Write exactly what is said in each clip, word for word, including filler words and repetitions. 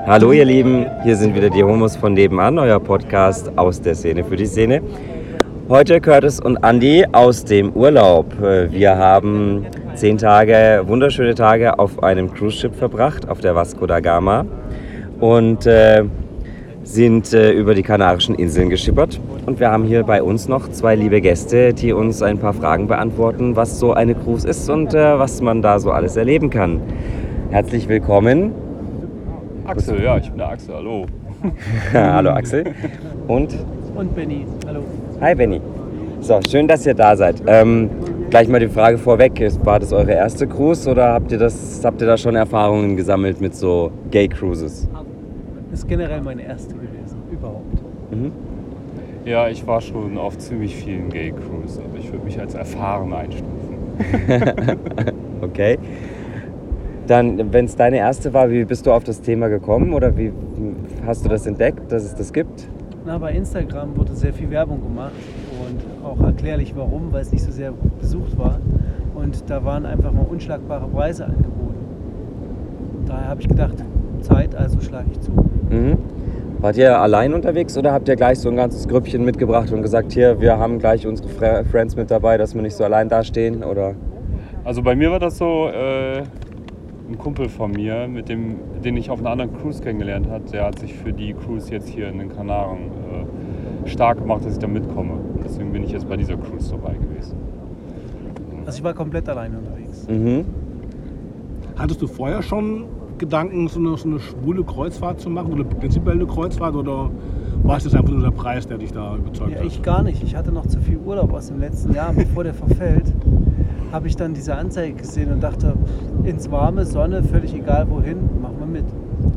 Hallo ihr Lieben, hier sind wieder die Homos von nebenan, euer Podcast aus der Szene für die Szene. Heute Curtis und Andi aus dem Urlaub. Wir haben zehn Tage, wunderschöne Tage auf einem Cruise-Ship verbracht, auf der Vasco da Gama. Und äh, sind äh, über die Kanarischen Inseln geschippert. Und wir haben hier bei uns noch zwei liebe Gäste, die uns ein paar Fragen beantworten, was so eine Cruise ist und äh, was man da so alles erleben kann. Herzlich willkommen. Axel, ja, ich bin der Axel, hallo. Hallo Axel. Und? Und Benny, hallo. Hi Benny. So, schön, dass ihr da seid. Ähm, gleich mal die Frage vorweg, war das eure erste Cruise oder habt ihr, das, habt ihr da schon Erfahrungen gesammelt mit so Gay-Cruises? Das ist generell meine erste gewesen, überhaupt. Mhm. Ja, ich war schon auf ziemlich vielen Gay-Cruises, aber ich würde mich als erfahren einstufen. Okay. Dann, wenn es deine erste war, wie bist du auf das Thema gekommen oder wie hast du das entdeckt, dass es das gibt? Na, bei Instagram wurde sehr viel Werbung gemacht und auch erklärlich warum, weil es nicht so sehr besucht war. Und da waren einfach mal unschlagbare Preise angeboten. Daher habe ich gedacht, Zeit, also schlage ich zu. Mhm. Wart ihr allein unterwegs oder habt ihr gleich so ein ganzes Grüppchen mitgebracht und gesagt, hier, wir haben gleich unsere Friends mit dabei, dass wir nicht so allein dastehen? Oder? Also bei mir war das so, äh, ein Kumpel von mir, mit dem, den ich auf einer anderen Cruise kennengelernt habe, der hat sich für die Cruise jetzt hier in den Kanaren äh, stark gemacht, dass ich da mitkomme. Deswegen bin ich jetzt bei dieser Cruise dabei gewesen. Also ich war komplett alleine unterwegs. Mhm. Hattest du vorher schon Gedanken, so eine, so eine schwule Kreuzfahrt zu machen oder prinzipiell eine Kreuzfahrt oder war es das einfach nur der Preis, der dich da überzeugt Ja, hat? ich gar nicht. Ich hatte noch zu viel Urlaub aus dem letzten Jahr, bevor der verfällt. Habe ich dann diese Anzeige gesehen und dachte, ins warme, Sonne, völlig egal wohin, machen wir mit.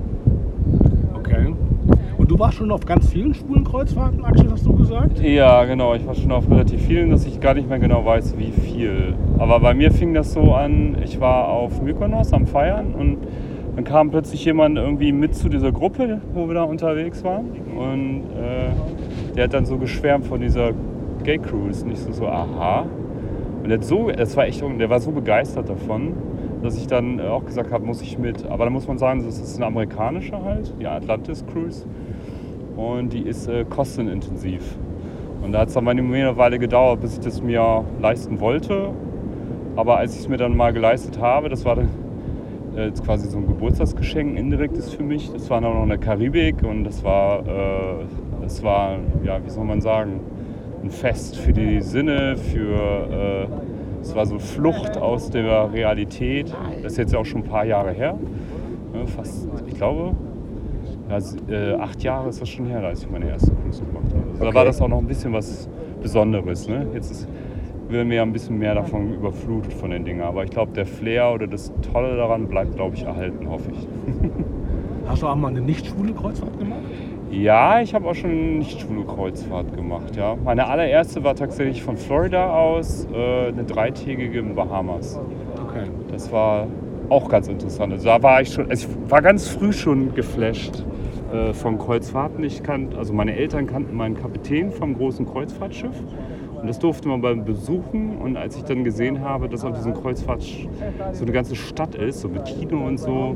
Okay. Und du warst schon auf ganz vielen schwulen Kreuzfahrten, Axel, hast du gesagt? Ja, genau. Ich war schon auf relativ vielen, dass ich gar nicht mehr genau weiß, wie viel. Aber bei mir fing das so an, ich war auf Mykonos am Feiern und dann kam plötzlich jemand irgendwie mit zu dieser Gruppe, wo wir da unterwegs waren. Und äh, der hat dann so geschwärmt von dieser Gay Cruise. Und ich so, so aha. Und der, hat so, das war echt, der war so begeistert davon, dass ich dann auch gesagt habe, muss ich mit. Aber da muss man sagen, das ist eine amerikanische halt, die Atlantis Cruise. Und die ist äh, kostenintensiv. Und da hat es dann mal eine Weile gedauert, bis ich das mir leisten wollte. Aber als ich es mir dann mal geleistet habe, das war dann äh, quasi so ein Geburtstagsgeschenk, indirektes für mich. Das war dann noch in der Karibik und das war, äh, das war, ja, wie soll man sagen, ein Fest für die Sinne, für, äh, es war so Flucht aus der Realität. Das ist jetzt auch schon ein paar Jahre her, ne, fast, ich glaube, ja, äh, acht Jahre ist das schon her, als ich meine erste Cruise gemacht habe. Also okay. Da war das auch noch ein bisschen was Besonderes. Ne? Jetzt ist, werden wir ja ein bisschen mehr davon überflutet von den Dingen, aber ich glaube, der Flair oder das Tolle daran bleibt, glaube ich, erhalten, hoffe ich. Hast du auch mal eine nicht schwule Kreuzfahrt gemacht? Ja, ich habe auch schon eine nicht-schwule Kreuzfahrt gemacht, ja. Meine allererste war tatsächlich von Florida aus, äh, eine dreitägige in Bahamas. Okay. Das war auch ganz interessant. Also da war ich schon, also ich war ganz früh schon geflasht äh, von Kreuzfahrten. Ich kannte, also meine Eltern kannten meinen Kapitän vom großen Kreuzfahrtschiff. Und das durfte man beim Besuchen. Und als ich dann gesehen habe, dass auf diesem Kreuzfahrtschiff so eine ganze Stadt ist, so mit Kino und so,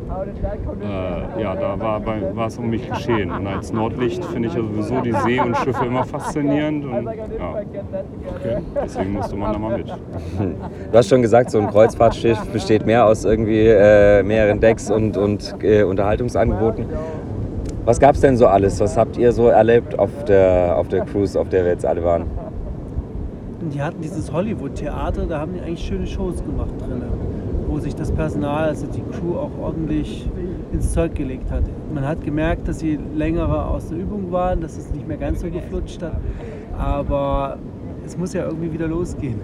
äh, ja, da war, bei, war es um mich geschehen. Und als Nordlicht finde ich ja sowieso die See und Schiffe immer faszinierend. Und, ja, okay. Deswegen musste man da mal mit. Du hast schon gesagt, so ein Kreuzfahrtschiff besteht mehr aus irgendwie äh, mehreren Decks und, und äh, Unterhaltungsangeboten. Was gab es denn so alles? Was habt ihr so erlebt auf der, auf der Cruise, auf der wir jetzt alle waren? Die hatten dieses Hollywood-Theater, da haben die eigentlich schöne Shows gemacht drin, wo sich das Personal, also die Crew auch ordentlich ins Zeug gelegt hat. Man hat gemerkt, dass sie längere aus der Übung waren, dass es nicht mehr ganz so geflutscht hat, aber es muss ja irgendwie wieder losgehen.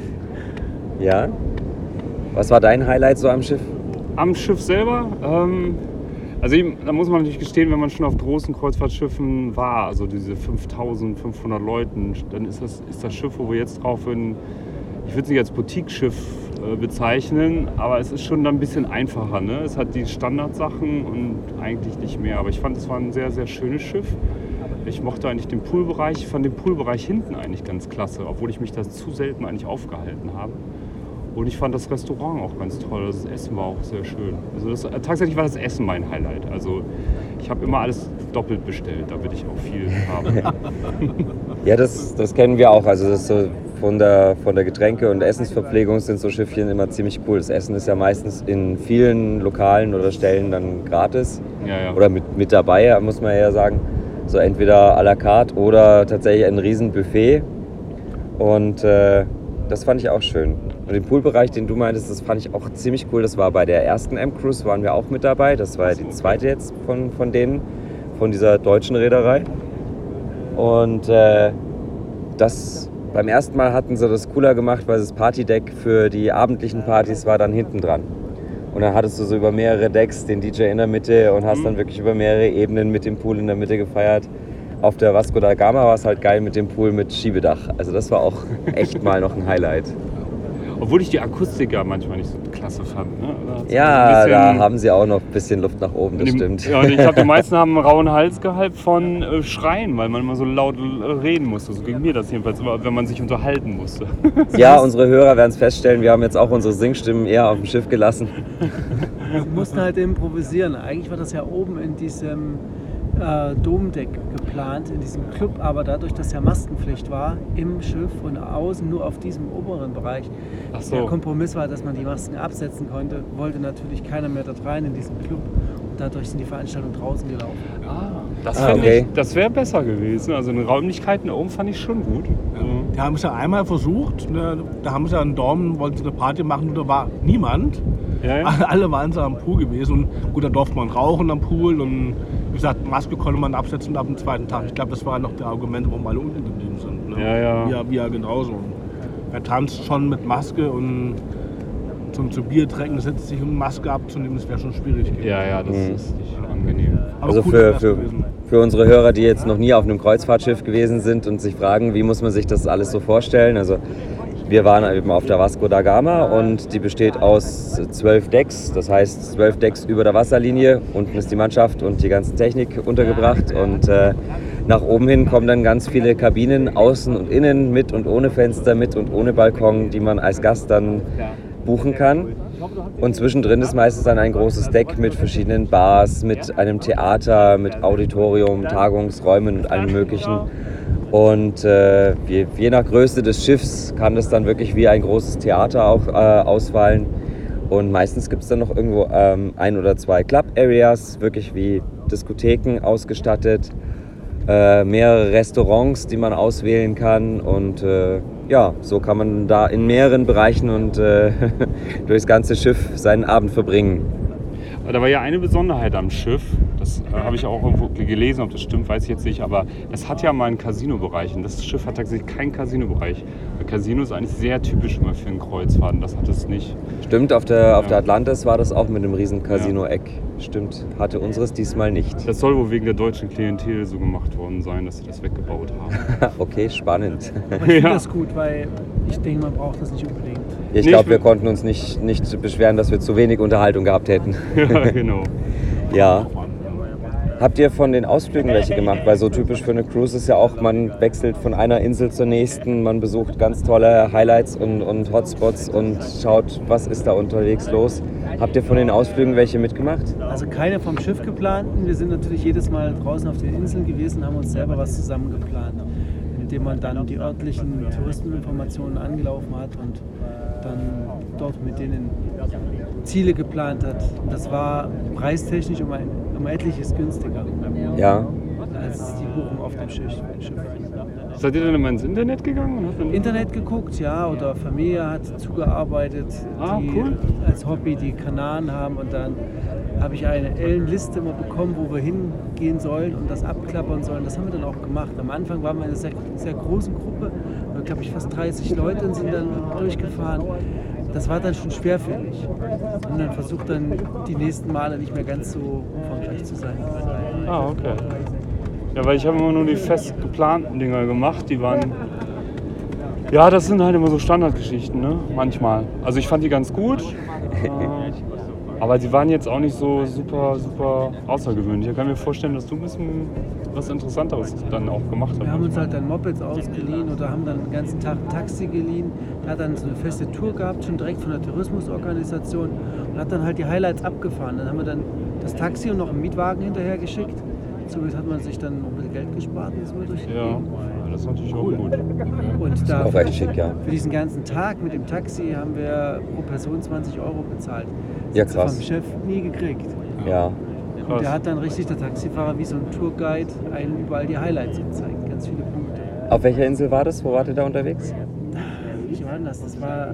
Ja? Was war dein Highlight so am Schiff? Am Schiff selber? Ähm Also eben, da muss man natürlich gestehen, wenn man schon auf großen Kreuzfahrtschiffen war, also diese fünftausendfünfhundert Leuten, dann ist das, ist das Schiff, wo wir jetzt drauf sind, ich würde es nicht als Boutique-Schiff äh, bezeichnen, aber es ist schon dann ein bisschen einfacher. Ne? Es hat die Standardsachen und eigentlich nicht mehr. Aber ich fand, es war ein sehr, sehr schönes Schiff. Ich mochte eigentlich den Poolbereich, ich fand den Poolbereich hinten eigentlich ganz klasse, obwohl ich mich da zu selten eigentlich aufgehalten habe. Und ich fand das Restaurant auch ganz toll. Das Essen war auch sehr schön. Also das, tatsächlich war das Essen mein Highlight. Also ich habe immer alles doppelt bestellt, damit ich auch viel habe. Ja, das, das kennen wir auch. Also das ist so von der, von der Getränke- und Essensverpflegung sind so Schiffchen immer ziemlich cool. Das Essen ist ja meistens in vielen Lokalen oder Stellen dann gratis. Ja, ja. Oder mit, mit dabei, muss man ja sagen. So entweder à la carte oder tatsächlich ein riesen Buffet. Und äh, das fand ich auch schön. Und den Poolbereich, den du meintest, das fand ich auch ziemlich cool. Das war bei der ersten M-Cruise, waren wir auch mit dabei. Das war die zweite jetzt von, von denen, von dieser deutschen Reederei. Und äh, das, beim ersten Mal hatten sie das cooler gemacht, weil das Partydeck für die abendlichen Partys war dann hinten dran. Und dann hattest du so über mehrere Decks den D J in der Mitte und hast dann wirklich über mehrere Ebenen mit dem Pool in der Mitte gefeiert. Auf der Vasco da Gama war es halt geil mit dem Pool mit Schiebedach. Also das war auch echt mal noch ein Highlight. Obwohl ich die Akustik ja manchmal nicht so klasse fand. Ne? Da ja, so da haben sie auch noch ein bisschen Luft nach oben, das die, stimmt. Ja, ich glaube, die meisten haben einen rauen Hals gehabt von äh, Schreien, weil man immer so laut reden musste. So ging mir das jedenfalls immer, wenn man sich unterhalten musste. Ja, unsere Hörer werden es feststellen, wir haben jetzt auch unsere Singstimmen eher auf dem Schiff gelassen. Wir mussten halt improvisieren. Eigentlich war das ja oben in diesem äh, Domdeck geplant, in diesem Club, aber dadurch, dass ja Maskenpflicht war, im Schiff und außen nur auf diesem oberen Bereich, Ach so. der Kompromiss war, dass man die Masken absetzen konnte, wollte natürlich keiner mehr dort rein in diesen Club und dadurch sind die Veranstaltungen draußen gelaufen. Ah, das Ah, finde okay. ich, das wäre besser gewesen. Also in Räumlichkeiten oben fand ich schon gut. Ja. Die haben es ja einmal versucht, ne? Da haben sie ja einen Dorm, wollten sie eine Party machen und da war niemand. Ja, ja. Alle waren so am Pool gewesen und gut, da durfte man rauchen am Pool und wie gesagt, Maske konnte man absetzen ab dem zweiten Tag. Ich glaube, das waren noch die Argumente, warum alle unten geblieben sind. Ne? Ja, ja. Wir, wir genauso. Er tanzt schon mit Maske und zum zu Bier trinken, setzt sich um Maske abzunehmen, das wäre schon schwierig gewesen. Ja, ja, das Mhm. ist nicht angenehm. Aber Also cool für, wär's für, gewesen. für unsere Hörer, die jetzt noch nie auf einem Kreuzfahrtschiff gewesen sind und sich fragen, wie muss man sich das alles so vorstellen. Also wir waren eben auf der Vasco da Gama und die besteht aus zwölf Decks. Das heißt zwölf Decks über der Wasserlinie. Unten ist die Mannschaft und die ganze Technik untergebracht. Und äh, nach oben hin kommen dann ganz viele Kabinen, außen und innen, mit und ohne Fenster, mit und ohne Balkon, die man als Gast dann buchen kann. Und zwischendrin ist meistens dann ein großes Deck mit verschiedenen Bars, mit einem Theater, mit Auditorium, Tagungsräumen und allem Möglichen. Und äh, je, je nach Größe des Schiffs kann das dann wirklich wie ein großes Theater auch äh, ausfallen. Und meistens gibt es dann noch irgendwo ähm, ein oder zwei Club-Areas, wirklich wie Diskotheken ausgestattet. Äh, mehrere Restaurants, die man auswählen kann. Und äh, ja, so kann man da in mehreren Bereichen und äh, durchs ganze Schiff seinen Abend verbringen. Aber da war ja eine Besonderheit am Schiff, das äh, habe ich auch irgendwo gelesen, ob das stimmt, weiß ich jetzt nicht, aber es hat ja mal einen Casino-Bereich und das Schiff hat tatsächlich keinen Casino-Bereich. Weil Casino ist eigentlich sehr typisch immer für einen Kreuzfahrt und das hat es nicht. Stimmt, auf der, Ja. auf der Atlantis war das auch mit einem riesen Casino-Eck. Stimmt, hatte unseres diesmal nicht. Das soll wohl wegen der deutschen Klientel so gemacht worden sein, dass sie das weggebaut haben. Okay, spannend. Aber ich finde Ja. das gut, weil ich denke, man braucht das nicht unbedingt. Ich Nee, glaube, ich wir will- konnten uns nicht, nicht beschweren, dass wir zu wenig Unterhaltung gehabt hätten. Ja, genau. Ja. Habt ihr von den Ausflügen welche gemacht? Weil so typisch für eine Cruise ist ja auch, man wechselt von einer Insel zur nächsten, man besucht ganz tolle Highlights und, und Hotspots und schaut, was ist da unterwegs los. Habt ihr von den Ausflügen welche mitgemacht? Also keine vom Schiff geplanten. Wir sind natürlich jedes Mal draußen auf den Inseln gewesen, haben uns selber was zusammen geplant, indem man dann die örtlichen Touristeninformationen angelaufen hat und dann dort mit denen Ziele geplant hat. Das war preistechnisch um, ein, um etliches günstiger Ja. als die Buchung auf dem Schiff. Schiff. Seid ihr dann immer ins Internet gegangen? Und habt dann Internet geguckt, ja, oder Familie hat zugearbeitet, Ah, die cool. als Hobby die Kanaren haben und dann habe ich eine Liste immer bekommen, wo wir hingehen sollen und das abklappern sollen. Das haben wir dann auch gemacht. Am Anfang waren wir in einer sehr, sehr großen Gruppe, glaube ich fast dreißig Leute und sind dann durchgefahren. Das war dann schon schwer für mich. Und dann versucht dann die nächsten Male nicht mehr ganz so umfangreich zu sein. Ah, okay. Ja, weil ich habe immer nur die fest geplanten Dinger gemacht, die waren... Ja, das sind halt immer so Standardgeschichten, ne? Manchmal. Also ich fand die ganz gut. Äh, Aber sie waren jetzt auch nicht so super, super außergewöhnlich. Ich kann mir vorstellen, dass du ein bisschen was Interessanteres dann auch gemacht hast. Wir haben uns halt dann Mopeds ausgeliehen oder haben dann den ganzen Tag ein Taxi geliehen. Er hat dann so eine feste Tour gehabt, schon direkt von der Tourismusorganisation und hat dann halt die Highlights abgefahren. Dann haben wir dann das Taxi und noch einen Mietwagen hinterher geschickt. Somit hat man sich dann noch ein bisschen Geld gespart und ist mal durch die Ja, Gegend. das ist natürlich auch gut. Und da Auch recht schick, ja. für diesen ganzen Tag mit dem Taxi haben wir pro Person zwanzig Euro bezahlt. Das Ja, hat's krass. vom Chef nie gekriegt. Ja. Und der hat dann richtig, der Taxifahrer, wie so ein Tourguide, einen überall die Highlights gezeigt. Ganz viele Punkte. Auf welcher Insel war das? Wo wart ihr da unterwegs? Wie war denn das? Das war.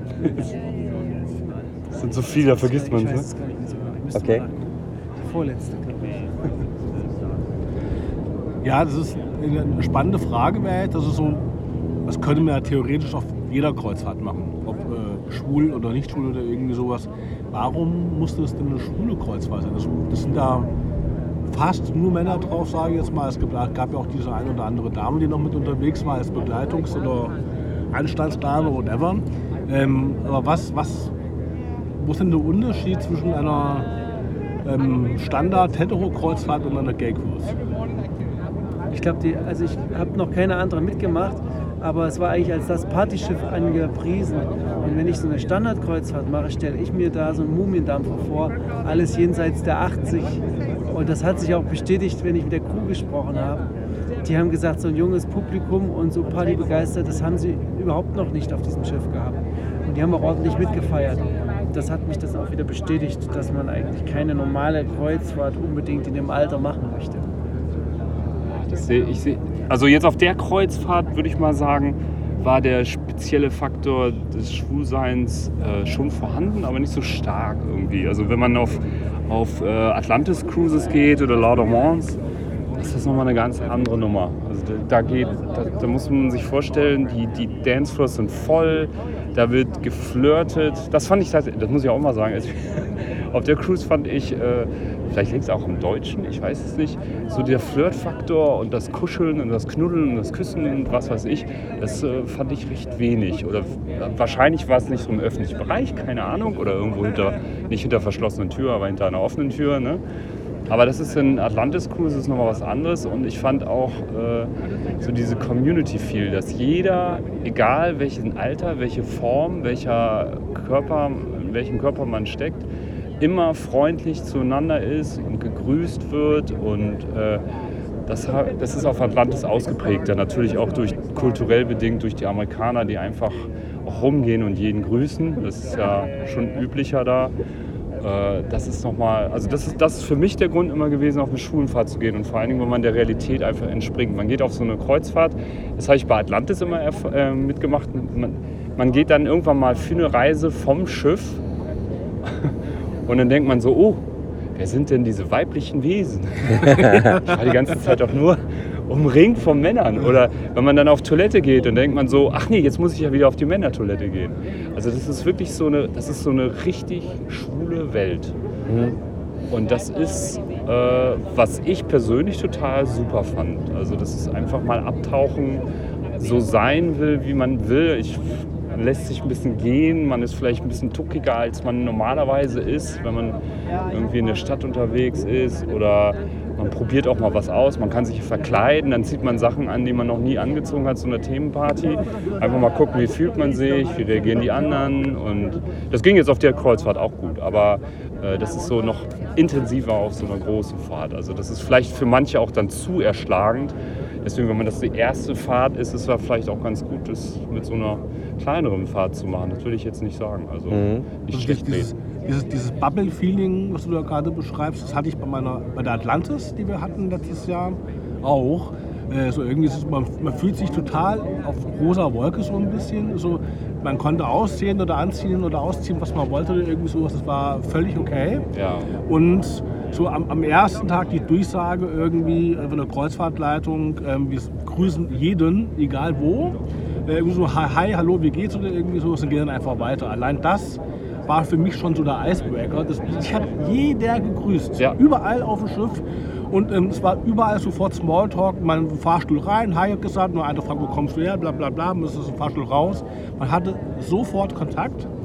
Das sind so viele, da vergisst man Ich weiß es. es gar nicht mehr so genau. Ich müsste Okay. mal nachgucken. Die vorletzte, glaube ich. Ja, das ist eine spannende Frage, wäre das ist so, das könnte man ja theoretisch auf jeder Kreuzfahrt machen, ob äh, schwul oder nicht schwul oder irgendwie sowas. Warum musste es denn eine schwule Kreuzfahrt sein? Das, das sind da fast nur Männer drauf, sage ich jetzt mal. Es gab, gab ja auch diese eine oder andere Dame, die noch mit unterwegs war als Begleitungs- oder Anstandsdame, whatever. Ähm, aber was, was, wo ist denn der Unterschied zwischen einer ähm, Standard-Hetero-Kreuzfahrt und einer Gay-Cruise? Ich glaube, also ich habe noch keine andere mitgemacht, aber es war eigentlich als das Partyschiff angepriesen. Und wenn ich so eine Standardkreuzfahrt mache, stelle ich mir da so einen Mumiendampfer vor, alles jenseits der achtzig. Und das hat sich auch bestätigt, wenn ich mit der Crew gesprochen habe. Die haben gesagt, so ein junges Publikum und so partybegeistert, das haben sie überhaupt noch nicht auf diesem Schiff gehabt. Und die haben auch ordentlich mitgefeiert. Das hat mich das auch wieder bestätigt, dass man eigentlich keine normale Kreuzfahrt unbedingt in dem Alter machen möchte. Das sehe ich sehe. Also jetzt auf der Kreuzfahrt würde ich mal sagen, war der spezielle Faktor des Schwulseins äh, schon vorhanden, aber nicht so stark irgendwie. Also wenn man auf, auf äh, Atlantis Cruises geht oder La Dormance, ist das nochmal eine ganz andere Nummer. Also da, da, geht, da, da muss man sich vorstellen, die, die Dancefloors sind voll, da wird geflirtet. Das fand ich tatsächlich, das muss ich auch mal sagen, also, auf der Cruise fand ich, äh, vielleicht liegt es auch im Deutschen, ich weiß es nicht, so der Flirtfaktor und das Kuscheln und das Knuddeln und das Küssen und was weiß ich, das äh, fand ich recht wenig. Oder wahrscheinlich war es nicht so im öffentlichen Bereich, keine Ahnung, oder irgendwo hinter, nicht hinter verschlossenen Tür, aber hinter einer offenen Tür, ne? Aber das ist in Atlantis Cruise ist nochmal was anderes und ich fand auch äh, so diese Community-Feel, dass jeder, egal welchen Alter, welche Form, welcher Körper, in welchem Körper man steckt, immer freundlich zueinander ist und gegrüßt wird und äh, das, das ist auf Atlantis ausgeprägt, ja, natürlich auch durch kulturell bedingt durch die Amerikaner, die einfach auch rumgehen und jeden grüßen, das ist ja schon üblicher da. Das ist nochmal, also das ist, das ist für mich der Grund immer gewesen, auf eine Schwulenfahrt zu gehen und vor allen Dingen, wenn man der Realität einfach entspringt. Man geht auf so eine Kreuzfahrt, das habe ich bei Atlantis immer äh, mitgemacht, man, man geht dann irgendwann mal für eine Reise vom Schiff und dann denkt man so, oh, wer sind denn diese weiblichen Wesen? Ich war die ganze Zeit doch nur umringt von Männern. Oder wenn man dann auf Toilette geht, dann denkt man so, ach nee, jetzt muss ich ja wieder auf die Männertoilette gehen. Also das ist wirklich so eine, das ist so eine richtig schwule Welt. Mhm. Und das ist, äh, was ich persönlich total super fand. Also das ist einfach mal abtauchen, so sein will, wie man will. Ich, man lässt sich ein bisschen gehen, man ist vielleicht ein bisschen tuckiger, als man normalerweise ist, wenn man irgendwie in der Stadt unterwegs ist oder man probiert auch mal was aus, man kann sich verkleiden, dann zieht man Sachen an, die man noch nie angezogen hat, so eine Themenparty. Einfach mal gucken, wie fühlt man sich, wie reagieren die anderen und das ging jetzt auf der Kreuzfahrt auch gut, aber äh, das ist so noch intensiver auf so einer großen Fahrt. Also das ist vielleicht für manche auch dann zu erschlagend. Deswegen, wenn man das die erste Fahrt ist, ist es vielleicht auch ganz gut, das mit so einer kleineren Fahrt zu machen. Das will ich jetzt nicht sagen, also Mhm. nicht Also schlecht dieses, reden. dieses, dieses Bubble-Feeling, was du da gerade beschreibst, das hatte ich bei, meiner, bei der Atlantis, die wir hatten letztes Jahr, auch. Äh, so irgendwie ist es, man, man fühlt sich total auf rosa Wolke so ein bisschen. So, man konnte aussehen oder anziehen oder ausziehen, was man wollte oder irgendwie sowas. Das war völlig okay. Ja. Und so am, am ersten Tag die Durchsage irgendwie äh, von der Kreuzfahrtleitung, ähm, wir grüßen jeden, egal wo. Äh, irgendwie so, hi, hi, hallo, wie geht's oder irgendwie sowas und gehen dann einfach weiter. Allein das war für mich schon so der Icebreaker. Das, ich habe jeder gegrüßt, Ja. überall auf dem Schiff. Und ähm, es war überall sofort Smalltalk, man Fahrstuhl rein, hi hat gesagt, nur einer fragt, wo kommst du her, bla bla bla, man ist aus dem Fahrstuhl raus. Man hatte sofort Kontakt.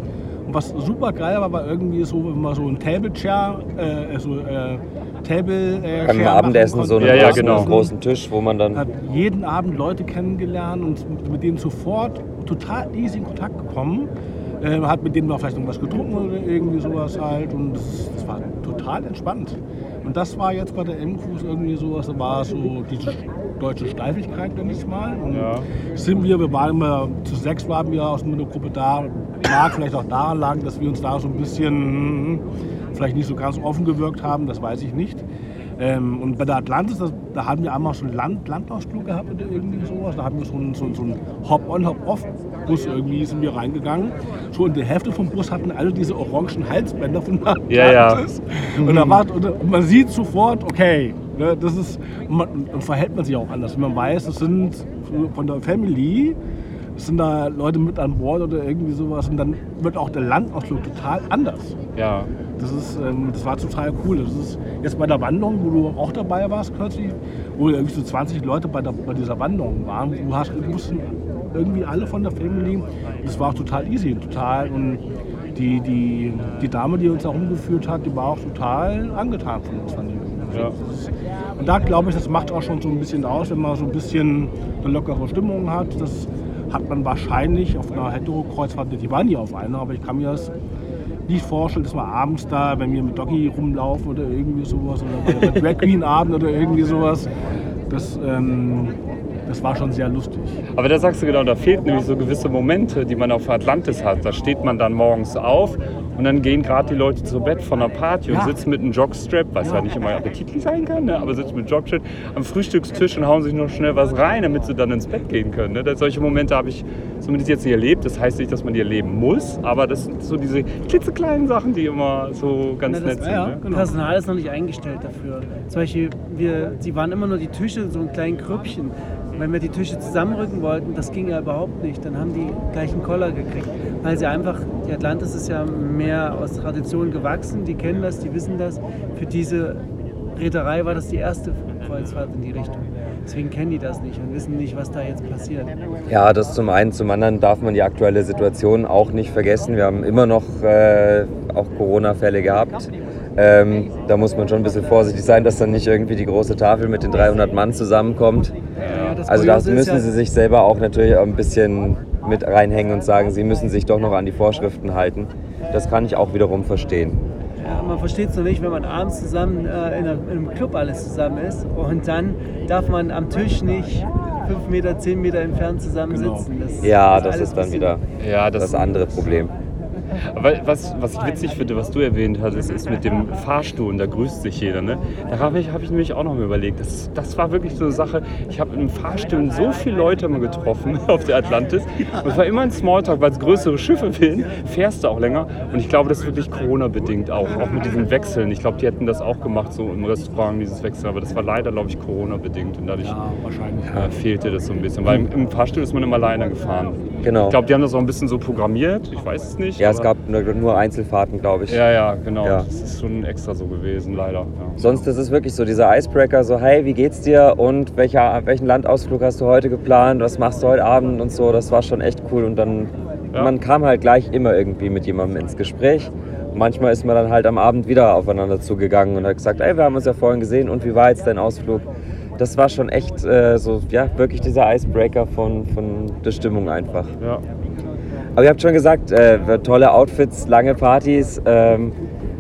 Und was super geil war, war irgendwie so, wenn man so ein Table Chair, äh, so äh, Table äh, Beim Abendessen so einen Ja, ja, großen, genau. großen Tisch, wo man dann... hat jeden Abend Leute kennengelernt und mit denen sofort total easy in Kontakt gekommen. Äh, hat mit denen mal vielleicht noch was getrunken oder irgendwie sowas halt und das, das war total entspannt. Und das war jetzt bei der M-Cruise irgendwie sowas, da war so diese deutsche Steifigkeit, nenne ich es mal. Und Ja. sind wir, wir waren immer, zu sechs waren wir aus einer Gruppe da, mag vielleicht auch daran lagen, dass wir uns da so ein bisschen hm, vielleicht nicht so ganz offen gewirkt haben, das weiß ich nicht. Ähm, und bei der Atlantis, das, da haben wir einmal so einen Land, Landausflug gehabt oder irgendwie sowas. Da haben wir so einen, so, so einen Hop-on, Hop-off-Bus irgendwie sind wir reingegangen. Schon in der Hälfte vom Bus hatten alle diese orangen Halsbänder von der Ja, ja. Atlantis. Und, da war, und man sieht sofort, okay, ne, das ist, und man, und verhält man sich auch anders. Wenn man weiß, das sind von der Family, sind da Leute mit an Bord oder irgendwie sowas. Und dann wird auch der Landausflug total anders. Ja. Das, ist, ähm, das war total cool. Das ist jetzt bei der Wanderung, wo du auch dabei warst kürzlich, wo irgendwie so zwanzig Leute bei, der, bei dieser Wanderung waren. Du hast du mussten irgendwie alle von der Family. Das war auch total easy, total. Und die, die, die Dame, die uns da rumgeführt hat, die war auch total angetan von uns. Von Ja. Und da glaube ich, das macht auch schon so ein bisschen aus, wenn man so ein bisschen eine lockere Stimmung hat. Das hat man wahrscheinlich auf einer Hetero-Kreuzfahrt, die waren nie auf einer, aber ich kann mir das nicht vorstellen, dass wir abends da, wenn wir mit Doggy rumlaufen oder irgendwie sowas, oder bei der Drag Queen Abend oder irgendwie sowas, das, ähm, das war schon sehr lustig. Aber da sagst du genau, da fehlt nämlich so gewisse Momente, die man auf Atlantis hat. Da steht man dann morgens auf und dann gehen gerade die Leute zu Bett von einer Party und Ja. sitzen mit einem Jockstrap, was ja. ja nicht immer appetitlich sein kann, ne? aber sitzen mit Jockstrap am Frühstückstisch und hauen sich noch schnell was rein, damit sie dann ins Bett gehen können. Ne? Solche Momente habe ich zumindest jetzt nicht erlebt. Das heißt nicht, dass man die erleben muss, aber das sind so diese klitzekleinen Sachen, die immer so ganz Na, das- nett sind. ja, Ne? genau. Personal ist noch nicht eingestellt dafür. Zum Beispiel, wir, sie waren immer nur die Tische, so in kleinen Krüppchen. Wenn wir die Tische zusammenrücken wollten, das ging ja überhaupt nicht. Dann haben die gleich einen Koller gekriegt. Weil sie einfach, die Atlantis ist ja mehr aus Tradition gewachsen, die kennen das, die wissen das. Für diese Reederei war das die erste Kreuzfahrt in die Richtung. Deswegen kennen die das nicht und wissen nicht, was da jetzt passiert. Ja, das zum einen. Zum anderen darf man die aktuelle Situation auch nicht vergessen. Wir haben immer noch äh, auch Corona-Fälle gehabt. Ähm, da muss man schon ein bisschen vorsichtig sein, dass dann nicht irgendwie die große Tafel mit den dreihundert Mann zusammenkommt. Ja, das Also da Kuriose ist müssen ja- sie sich selber auch natürlich ein bisschen mit reinhängen und sagen, sie müssen sich doch noch an die Vorschriften halten. Das kann ich auch wiederum verstehen. Ja, man versteht es noch nicht, wenn man abends zusammen äh, in, einer, in einem Club alles zusammen ist und dann darf man am Tisch nicht fünf Meter, zehn Meter entfernt zusammensitzen. Das, Ja, das alles ist dann bisschen- wieder Ja, das andere Problem. Aber was, was ich witzig finde, was du erwähnt hattest, ist mit dem Fahrstuhl, da grüßt sich jeder. Ne? Da habe ich, hab ich nämlich auch noch mal überlegt. Das, das war wirklich so eine Sache. Ich habe im Fahrstuhl so viele Leute mal getroffen auf der Atlantis. Und es war immer ein Smalltalk, weil es größere Schiffe sind, fährst du auch länger. Und ich glaube, das ist wirklich Corona-bedingt auch, auch mit diesen Wechseln. Ich glaube, die hätten das auch gemacht, so im Restaurant, dieses Wechseln. Aber das war leider, glaube ich, Corona-bedingt. Und dadurch Ja, wahrscheinlich. äh, fehlte das so ein bisschen. Weil im, im Fahrstuhl ist man immer alleine gefahren. Genau. Ich glaube, die haben das auch ein bisschen so programmiert. Ich weiß es nicht. Ja, es aber- gab nur, nur Einzelfahrten, glaube ich. Ja, ja, genau. Ja. Das ist schon extra so gewesen, leider. Ja. Sonst ist es wirklich so dieser Icebreaker, so hey, wie geht's dir und welcher, welchen Landausflug hast du heute geplant, was machst du heute Abend und so, das war schon echt cool und dann, Ja. man kam halt gleich immer irgendwie mit jemandem ins Gespräch. Und manchmal ist man dann halt am Abend wieder aufeinander zugegangen und hat gesagt, ey, wir haben uns ja vorhin gesehen und wie war jetzt dein Ausflug? Das war schon echt äh, so, ja, wirklich dieser Icebreaker von, von der Stimmung einfach. Ja. Aber ihr habt schon gesagt, äh, tolle Outfits, lange Partys. Ähm,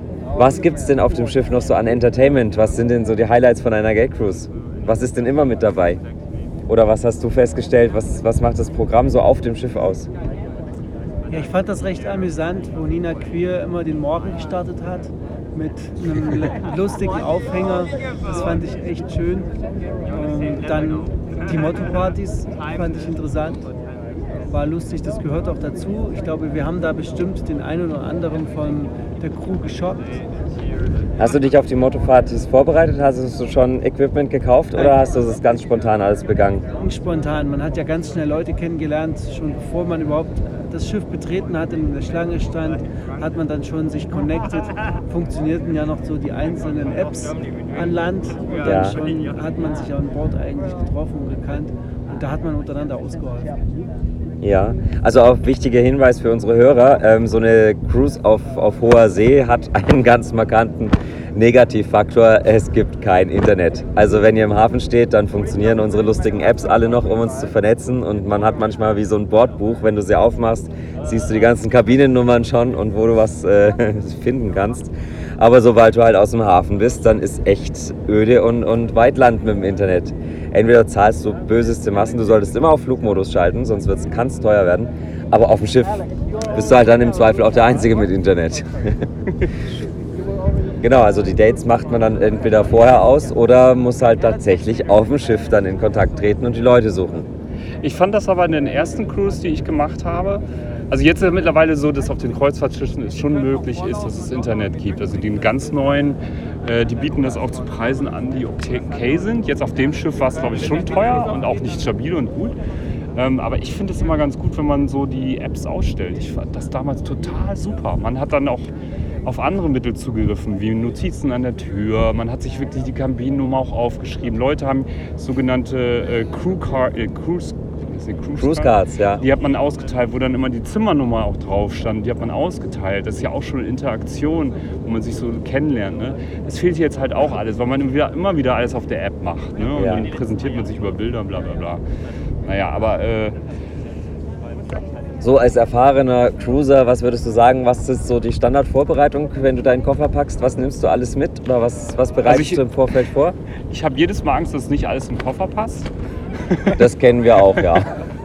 was gibt's denn auf dem Schiff noch so an Entertainment? Was sind denn so die Highlights von einer Gay Cruise? Was ist denn immer mit dabei? Oder was hast du festgestellt? Was, was macht das Programm so auf dem Schiff aus? Ja, ich fand das recht amüsant, wo Nina Queer immer den Morgen gestartet hat mit einem lustigen Aufhänger. Das fand ich echt schön. Und dann die Motto-Partys fand ich interessant. War lustig, das gehört auch dazu. Ich glaube, wir haben da bestimmt den einen oder anderen von der Crew geschockt. Hast du dich auf die Motto-Partys vorbereitet? Hast du schon Equipment gekauft oder hast du das ganz spontan alles begangen? Und spontan. Man hat ja ganz schnell Leute kennengelernt, schon bevor man überhaupt das Schiff betreten hat, in der Schlange stand, hat man dann schon sich connected. Funktionierten ja noch so die einzelnen Apps an Land und dann Ja. schon hat man sich an Bord eigentlich getroffen und gekannt und da hat man untereinander ausgeholfen. Ja, also auch wichtiger Hinweis für unsere Hörer, ähm, so eine Cruise auf, auf hoher See hat einen ganz markanten Negativfaktor, es gibt kein Internet. Also wenn ihr im Hafen steht, dann funktionieren unsere lustigen Apps alle noch, um uns zu vernetzen und man hat manchmal wie so ein Bordbuch, wenn du sie aufmachst, siehst du die ganzen Kabinennummern schon und wo du was äh, finden kannst. Aber sobald du halt aus dem Hafen bist, dann ist echt öde und, und weit Land mit dem Internet. Entweder zahlst du böseste Massen, du solltest immer auf Flugmodus schalten, sonst kann es teuer werden. Aber auf dem Schiff bist du halt dann im Zweifel auch der Einzige mit Internet. Genau, also die Dates macht man dann entweder vorher aus oder muss halt tatsächlich auf dem Schiff dann in Kontakt treten und die Leute suchen. Ich fand das aber in den ersten Cruise, die ich gemacht habe, also jetzt ist es mittlerweile so, dass auf den Kreuzfahrtschiffen es schon möglich ist, dass es Internet gibt. Also die ganz neuen, äh, die bieten das auch zu Preisen an, die okay sind. Jetzt auf dem Schiff war es, glaube ich, schon teuer und auch nicht stabil und gut. Ähm, aber ich finde es immer ganz gut, wenn man so die Apps ausstellt. Ich fand das damals total super. Man hat dann auch auf andere Mittel zugegriffen, wie Notizen an der Tür. Man hat sich wirklich die Kabinennummer auch aufgeschrieben. Leute haben sogenannte äh, Crew Car, äh, Cruise Cruise, Cruise Cards, ja. Die hat man ausgeteilt, wo dann immer die Zimmernummer auch drauf stand. Die hat man ausgeteilt. Das ist ja auch schon eine Interaktion, wo man sich so kennenlernt. Ne? Das fehlt jetzt halt auch alles, weil man wieder, immer wieder alles auf der App macht. Ne? Und ja. dann präsentiert man sich über Bilder, bla bla bla. Naja, aber... Äh, So als erfahrener Cruiser, was würdest du sagen, was ist so die Standardvorbereitung, wenn du deinen Koffer packst? Was nimmst du alles mit oder was, was bereitest also ich, du im Vorfeld vor? Ich habe jedes Mal Angst, dass nicht alles im Koffer passt. Das kennen wir auch, ja.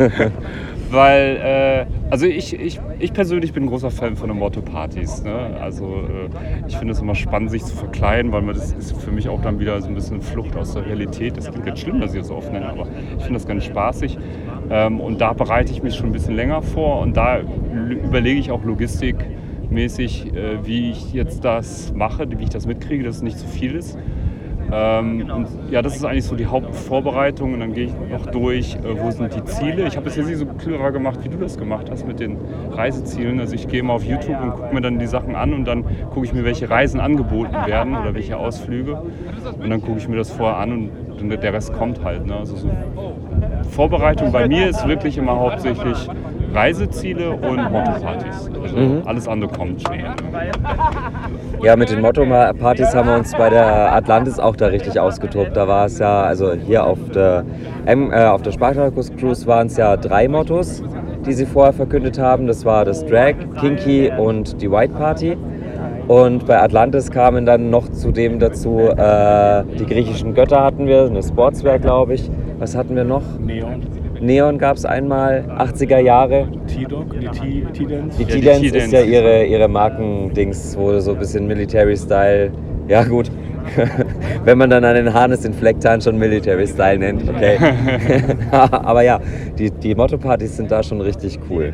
Weil, äh, also ich, ich, ich persönlich bin ein großer Fan von den Motto-Partys. Ne? Also äh, ich finde es immer spannend, sich zu verkleiden, weil man, das ist für mich auch dann wieder so ein bisschen Flucht aus der Realität. Das klingt jetzt schlimm, dass ich das so oft nenne, aber ich finde das ganz spaßig. Ähm, und da bereite ich mich schon ein bisschen länger vor und da l- überlege ich auch logistikmäßig, äh, wie ich jetzt das mache, wie ich das mitkriege, dass es nicht zu viel ist. Ähm, und ja, das ist eigentlich so die Hauptvorbereitung und dann gehe ich noch durch, äh, wo sind die Ziele. Ich habe das jetzt nicht so clever gemacht, wie du das gemacht hast mit den Reisezielen. Also ich gehe mal auf YouTube und gucke mir dann die Sachen an und dann gucke ich mir, welche Reisen angeboten werden oder welche Ausflüge und dann gucke ich mir das vorher an und der Rest kommt halt. Ne? Also so Vorbereitung bei mir ist wirklich immer hauptsächlich Reiseziele und Motto-Partys. Also mhm. alles andere kommt schnell. Ja, mit den Motto-Partys haben wir uns bei der Atlantis auch da richtig ausgetobt. Da war es ja, also hier auf der, ähm, äh, auf der Spartacus Cruise waren es ja drei Mottos, die sie vorher verkündet haben. Das war das Drag, Kinky und die White Party. Und bei Atlantis kamen dann noch zudem dazu, äh, die griechischen Götter hatten wir, eine Sportswear, glaube ich. Was hatten wir noch? Neon. Neon gab es einmal, achtziger Jahre. T-Dog, die T-Dance. Die T-Dance ist ja ihre, ihre Markendings, wo so ein bisschen Military-Style, ja gut, wenn man dann an den Harness den Flecktarn schon Military-Style nennt, okay. Aber ja, die, die Motto-Partys sind da schon richtig cool.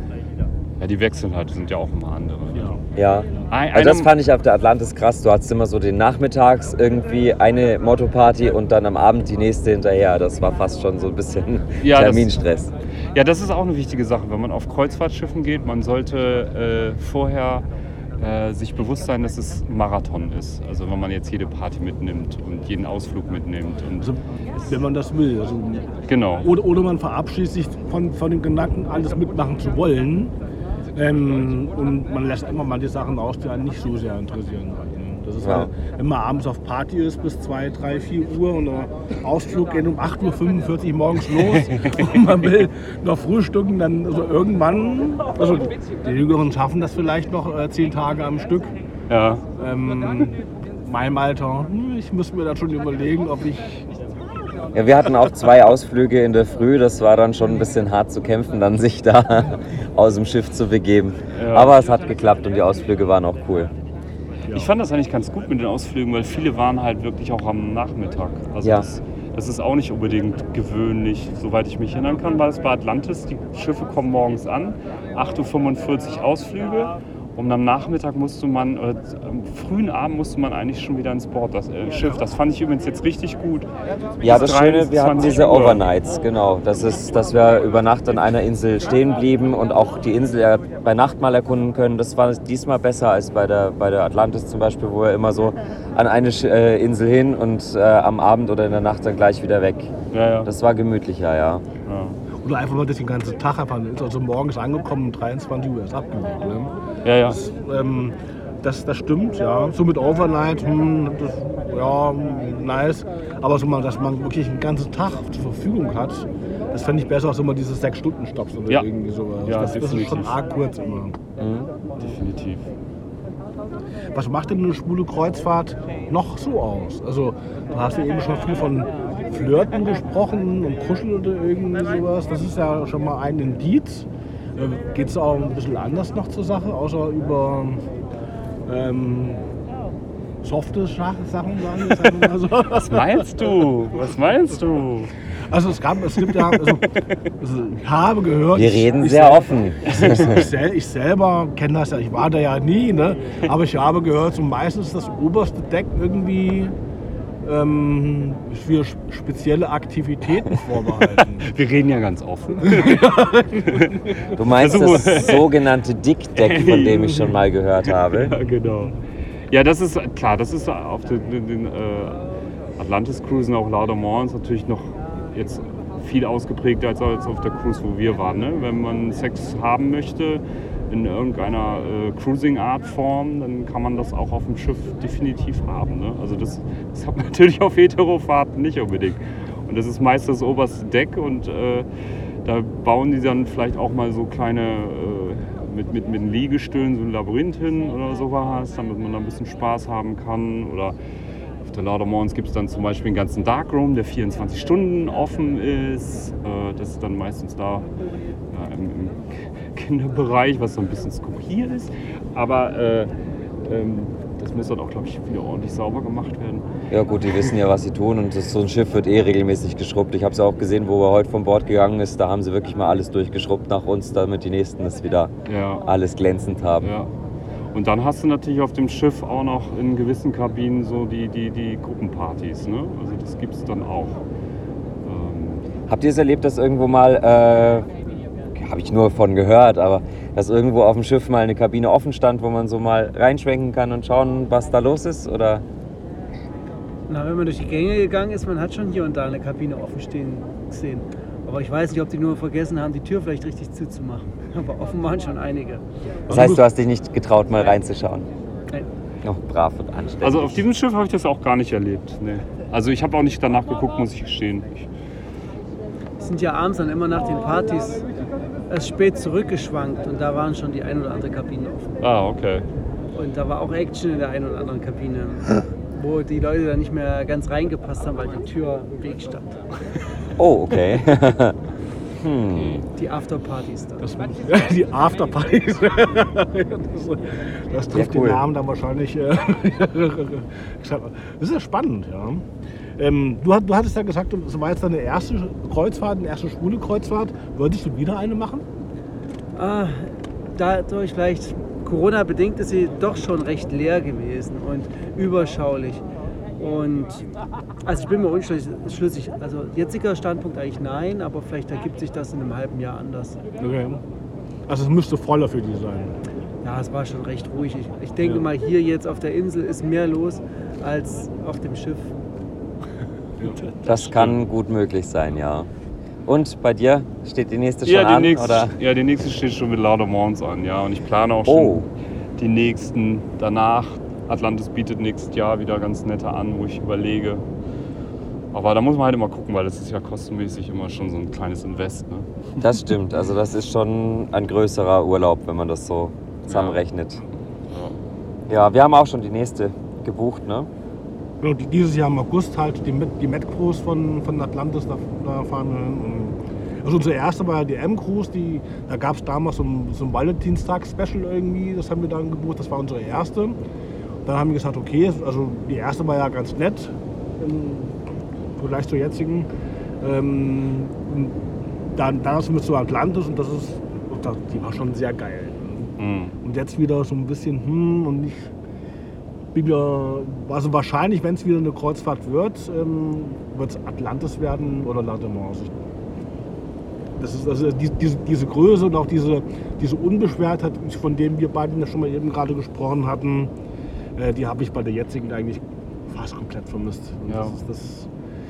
Ja, die wechseln halt, sind ja auch immer andere. Ja, also das fand ich auf der Atlantis krass. Du hattest immer so den Nachmittags irgendwie eine Motto-Party und dann am Abend die nächste hinterher. Das war fast schon so ein bisschen ja, Terminstress. Das, ja, das ist auch eine wichtige Sache, wenn man auf Kreuzfahrtschiffen geht. Man sollte äh, vorher äh, sich bewusst sein, dass es ein Marathon ist. Also wenn man jetzt jede Party mitnimmt und jeden Ausflug mitnimmt. Und also, wenn man das will. Also, genau. Oder, oder man verabschiedet sich von, von dem Gedanken, alles mitmachen zu wollen. Ähm, und man lässt immer manche Sachen aus, die einen nicht so sehr interessieren. Das ist ja. halt, wenn man abends auf Party ist bis zwei, drei, vier Uhr und der Ausflug geht um acht Uhr fünfundvierzig morgens los und man will noch frühstücken, dann also irgendwann, also die Jüngeren schaffen das vielleicht noch äh, zehn Tage am Stück. Ja. Ähm, meinem Alter, ich muss mir da schon überlegen, ob ich... Ja, wir hatten auch zwei Ausflüge in der Früh, das war dann schon ein bisschen hart zu kämpfen, dann sich da aus dem Schiff zu begeben. Ja. Aber es hat geklappt und die Ausflüge waren auch cool. Ich fand das eigentlich ganz gut mit den Ausflügen, weil viele waren halt wirklich auch am Nachmittag. Also ja. das, das ist auch nicht unbedingt gewöhnlich, soweit ich mich erinnern kann, war das bei Atlantis. Die Schiffe kommen morgens an, acht Uhr fünfundvierzig Ausflüge. Und am Nachmittag musste man, oder am frühen Abend musste man eigentlich schon wieder ins Board, das äh, Schiff. Das fand ich übrigens jetzt richtig gut. Ja, das Schöne, wir hatten diese Overnights, genau. Das ist, dass wir über Nacht an einer Insel stehen blieben und auch die Insel ja bei Nacht mal erkunden können. Das war diesmal besser als bei der, bei der Atlantis zum Beispiel, wo wir immer so an eine äh, Insel hin und äh, am Abend oder in der Nacht dann gleich wieder weg. Ja, ja. Das war gemütlicher, ja. ja. Oder einfach mal das den ganzen Tag einfach ist. Also morgens angekommen, um dreiundzwanzig Uhr ist abgelegt. Ne? Ja, ja. Das, ähm, das, das stimmt, ja. So mit Overnight, hm, das, ja, nice. Aber so mal, dass man wirklich einen ganzen Tag zur Verfügung hat, das fände ich besser als immer diese sechs Stunden Stopps oder Ja. irgendwie sowas. Ja, das, das ist definitiv. schon arg kurz immer. Mhm. Definitiv. Was macht denn eine schwule Kreuzfahrt noch so aus? Also, du hast ja eben schon viel von Flirten gesprochen und Kuscheln oder irgendwie sowas. Das ist ja schon mal ein Indiz. Geht es auch ein bisschen anders noch zur Sache, außer über ähm, softe Sachen, sagen wir mal so. Was meinst du? Was meinst du? Also es, gab, es gibt ja, also, also ich habe gehört... Wir ich, reden ich sehr sel- offen. Ich, ich, sel- ich selber kenne das ja, ich war da ja nie, ne? Aber ich habe gehört, so meistens das oberste Deck irgendwie ähm, für spezielle Aktivitäten vorbehalten. Wir reden ja ganz offen. Du meinst Also- das sogenannte Dickdeck, von dem ich schon mal gehört habe. Ja, genau. Ja, das ist klar, das ist auf den, den, den äh, Atlantis-Cruisen, auch Laudermont, ist natürlich noch jetzt viel ausgeprägter als, als auf der Cruise, wo wir waren. Ne? Wenn man Sex haben möchte in irgendeiner äh, Cruising-Art-Form, dann kann man das auch auf dem Schiff definitiv haben. Ne? Also das, das hat man natürlich auf Heterofahrten nicht unbedingt. Und das ist meist das oberste Deck und äh, da bauen die dann vielleicht auch mal so kleine äh, mit, mit, mit Liegestühlen so ein Labyrinth hin oder sowas, damit man da ein bisschen Spaß haben kann. Oder auf der Laudermont gibt es dann zum Beispiel einen ganzen Darkroom, der vierundzwanzig Stunden offen ist. Äh, das ist dann meistens da ja, im, im Kinderbereich, was so ein bisschen skurril ist. Aber äh, ähm, das muss dann auch, glaube ich, wieder ordentlich sauber gemacht werden. Ja gut, die wissen ja, was sie tun und das, so ein Schiff wird eh regelmäßig geschrubbt. Ich habe es ja auch gesehen, wo wir heute von Bord gegangen ist, da haben sie wirklich mal alles durchgeschrubbt nach uns, damit die Nächsten es wieder Ja. alles glänzend haben. Ja. Und dann hast du natürlich auf dem Schiff auch noch in gewissen Kabinen so die, die, die Gruppenpartys. Ne? Also das gibt es dann auch. Ähm, Habt ihr es erlebt, dass irgendwo mal, äh, habe ich nur von gehört, aber dass irgendwo auf dem Schiff mal eine Kabine offen stand, wo man so mal reinschwenken kann und schauen, was da los ist? Oder? Na, wenn man durch die Gänge gegangen ist, man hat schon hier und da eine Kabine offen stehen gesehen. Aber ich weiß nicht, ob die nur vergessen haben, die Tür vielleicht richtig zuzumachen. Aber offen waren schon einige. Das heißt, du hast dich nicht getraut, mal reinzuschauen? Nein. Oh, brav und anständig. also auf diesem Schiff habe ich das auch gar nicht erlebt. Nee. Also ich habe auch nicht danach geguckt, muss ich gestehen. Ich, Wir sind ja abends dann immer nach den Partys erst spät zurückgeschwankt und da waren schon die ein oder andere Kabine offen. ah, okay. Und da war auch Action in der einen oder anderen Kabine, wo die Leute dann nicht mehr ganz reingepasst haben, weil die Tür im Weg stand. Oh, okay. hm. Die Afterpartys dann. Das, die Afterpartys. das, das trifft Ja, cool. den Namen dann wahrscheinlich. Äh, das ist ja spannend, ja. Ähm, du, hat- du hattest ja gesagt, das war jetzt deine erste Kreuzfahrt, eine erste schwule Kreuzfahrt. Würdest du wieder eine machen? Ah, dadurch vielleicht Corona-bedingt ist sie doch schon recht leer gewesen und überschaulich. Und also ich bin mir unschlüssig. Also jetziger Standpunkt eigentlich nein, aber vielleicht ergibt sich das in einem halben Jahr anders. Okay. Also es müsste voller für die sein. Ja, es war schon recht ruhig. Ich, ich denke Ja. mal, hier jetzt auf der Insel ist mehr los als auf dem Schiff. Das kann gut möglich sein, ja. Und bei dir steht die nächste schon Ja die, an? nächste, Oder? ja, die nächste steht schon mit Laudermonts an. Ja. Und ich plane auch schon Oh. die nächsten danach. Atlantis bietet nächstes Jahr wieder ganz nette an, wo ich überlege. Aber da muss man halt immer gucken, weil das ist ja kostenmäßig immer schon so ein kleines Invest. Ne? Das stimmt, also das ist schon ein größerer Urlaub, wenn man das so zusammenrechnet. Ja, wir haben auch schon die nächste gebucht, ne? Genau, die- dieses Jahr im August halt die, Met- die Met-Cruise von, von Atlantis, da, da fahren wir hin. Und also unsere erste war ja die M-Cruise, die, da gab es damals so ein, so ein Valentinstag-Special irgendwie, das haben wir dann gebucht, das war unsere erste. Dann haben wir gesagt, okay, also die erste war ja ganz nett im Vergleich zur jetzigen. Ähm, und dann, dann sind wir zu Atlantis und das ist, und das, die war schon sehr geil. Mhm. Und jetzt wieder so ein bisschen hm und nicht. Wieder, also wahrscheinlich, wenn es wieder eine Kreuzfahrt wird, ähm, wird es Atlantis werden oder Laudermont. Das ist also die, diese, diese Größe und auch diese, diese Unbeschwertheit, von dem wir beiden ja schon mal eben gerade gesprochen hatten, äh, die habe ich bei der jetzigen eigentlich fast komplett vermisst. Und Ja. Das, ist- das,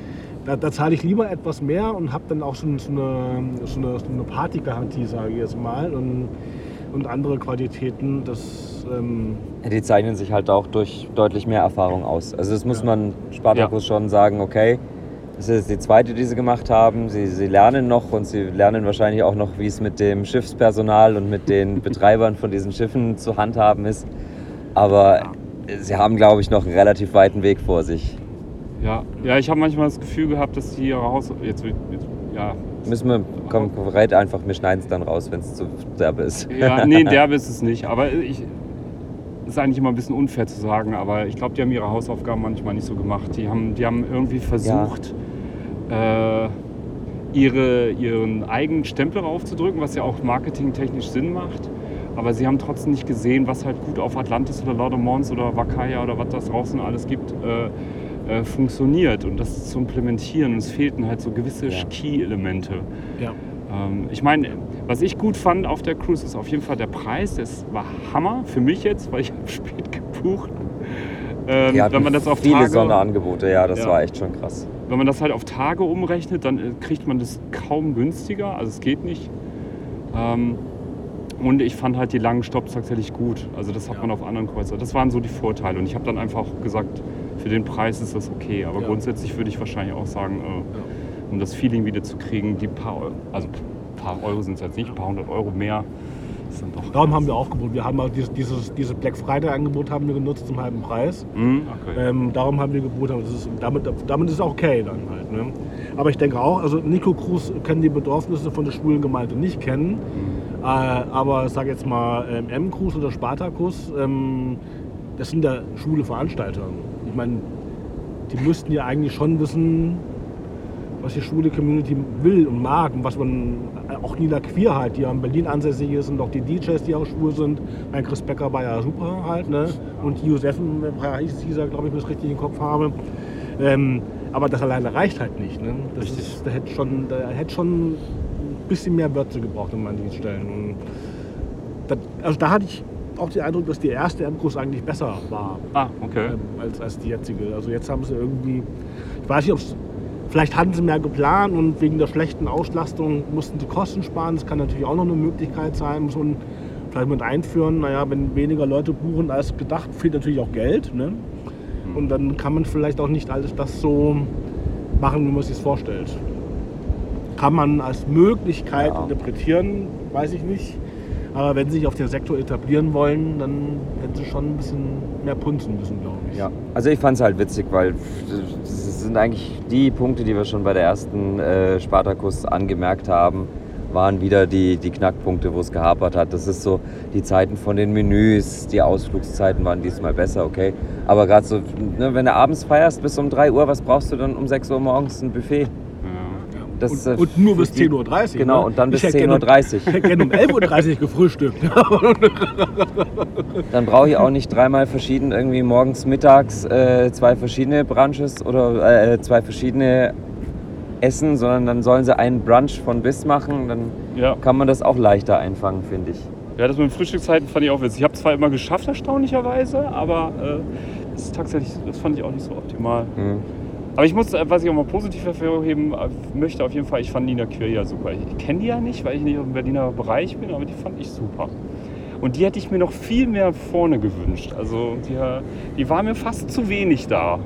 Da, da zahle ich lieber etwas mehr und habe dann auch so, so, eine, so, eine, so eine Partygarantie, sage ich jetzt mal, und, und andere Qualitäten. Das, ähm Die zeichnen sich halt auch durch deutlich mehr Erfahrung aus. Also das muss Ja. man Spartacus ja. schon sagen, okay, das ist die zweite, die sie gemacht haben. Sie, sie lernen noch und sie lernen wahrscheinlich auch noch, wie es mit dem Schiffspersonal und mit den Betreibern von diesen Schiffen zu handhaben ist. Aber sie haben, glaube ich, noch einen relativ weiten Weg vor sich. Ja, ja, ich habe manchmal das Gefühl gehabt, dass die ihre Haus... Jetzt, jetzt, ja. Müssen wir, komm, red einfach, wir schneiden es dann raus, wenn es zu derbe ist. Ja, nee, derbe ist es nicht. Aber ich... Das ist eigentlich immer ein bisschen unfair zu sagen, aber ich glaube, die haben ihre Hausaufgaben manchmal nicht so gemacht. Die haben, die haben irgendwie versucht, ja. äh, ihre, ihren eigenen Stempel raufzudrücken, was ja auch marketingtechnisch Sinn macht. Aber sie haben trotzdem nicht gesehen, was halt gut auf Atlantis oder Lord of Mons oder Vakaya oder was das draußen alles gibt, äh, äh, funktioniert. Und das zu implementieren. Und es fehlten halt so gewisse Ja. Key-Elemente. Ja. Ähm, ich meine, was ich gut fand auf der Cruise ist auf jeden Fall der Preis. Das war Hammer für mich jetzt, weil ich habe spät gebucht. Ähm, Die hatten wenn man das auf viele Tage, Sonderangebote, ja, das Ja. war echt schon krass. wenn man das halt auf Tage umrechnet, dann äh, kriegt man das kaum günstiger. Also es geht nicht. Ähm, und ich fand halt die langen Stopps tatsächlich gut. Also das hat Ja. man auf anderen Kreuzern. Das waren so die Vorteile. Und ich habe dann einfach gesagt, für den Preis ist das okay. Aber Ja. grundsätzlich würde ich wahrscheinlich auch sagen, äh, um das Feeling wieder zu kriegen, die paar Euro, also ein paar Euro sind es jetzt nicht, ein paar hundert Euro mehr, ist dann doch... Darum haben wir aufgebaut. Wir haben auch dieses, dieses, dieses Black Friday-Angebot haben wir genutzt zum halben Preis. Mhm, okay. Ähm, darum haben wir gebucht. Aber das ist, damit, damit ist es auch okay dann halt. Ne? Aber ich denke auch, also Nico Cruz können die Bedürfnisse von der schwulen Gemeinde nicht kennen. Mhm. Äh, aber ich sage jetzt mal ähm, M-Cruz oder Spartacus, ähm, das sind ja schwule Veranstalter. Ich meine, die müssten ja eigentlich schon wissen, was die schwule Community will und mag und was man, auch Nina Queer halt, die ja in Berlin ansässig ist und auch die D Js, die auch schwul sind. Mein Chris Becker war ja super halt, ne? Und Josefen hieß er, glaube ich, wenn ich das richtig im Kopf habe. Ähm, aber das alleine reicht halt nicht. Ne? Das Richtig. ist, da hätte schon, da hätte schon ein bisschen mehr Wörter gebraucht an manchen Stellen. Und das, also da hatte ich auch den Eindruck, dass die erste M-Kurs eigentlich besser war Ah, okay. ähm, als, als die jetzige. Also jetzt haben sie irgendwie, ich weiß nicht, ob es, vielleicht hatten sie mehr geplant und wegen der schlechten Auslastung mussten sie Kosten sparen. Das kann natürlich auch noch eine Möglichkeit sein, muss man vielleicht mit einführen. Naja, wenn weniger Leute buchen als gedacht, fehlt natürlich auch Geld. Ne? Und dann kann man vielleicht auch nicht alles das so machen, wie man sich es vorstellt. Kann man als Möglichkeit Ja. interpretieren, weiß ich nicht. Aber wenn sie sich auf den Sektor etablieren wollen, dann hätten sie schon ein bisschen mehr punzen müssen, glaube ich. Ja, also ich fand es halt witzig, weil das sind eigentlich die Punkte, die wir schon bei der ersten äh, Spartacus angemerkt haben, waren wieder die, die Knackpunkte, wo es gehapert hat. Das ist so die Zeiten von den Menüs, die Ausflugszeiten waren diesmal besser, okay. Aber gerade so, ne, wenn du abends feierst bis um drei Uhr, was brauchst du dann um sechs Uhr morgens? Ein Buffet? Das, Und, äh, und nur bis die- zehn Uhr dreißig. Genau, ne? und dann bis Ich hätte zehn gerne Uhr um- dreißig. Ich hätte gerne um elf Uhr dreißig gefrühstückt. Dann brauche ich auch nicht dreimal verschieden, irgendwie morgens, mittags äh, zwei verschiedene Brunches oder äh, zwei verschiedene Essen, sondern dann sollen sie einen Brunch von bis machen. Dann Ja. kann man das auch leichter einfangen, finde ich. Ja, das mit den Frühstückszeiten fand ich auch witzig. Ich habe es zwar immer geschafft, erstaunlicherweise, aber äh, das, ist tatsächlich, das fand ich auch nicht so optimal. Hm. Aber ich muss, äh, was ich auch mal positiv hervorheben äh, möchte, auf jeden Fall, ich fand Nina Queer ja super. Ich kenne die ja nicht, weil ich nicht im Berliner Bereich bin, aber die fand ich super. Und die hätte ich mir noch viel mehr vorne gewünscht. Also die, äh, die war mir fast zu wenig da.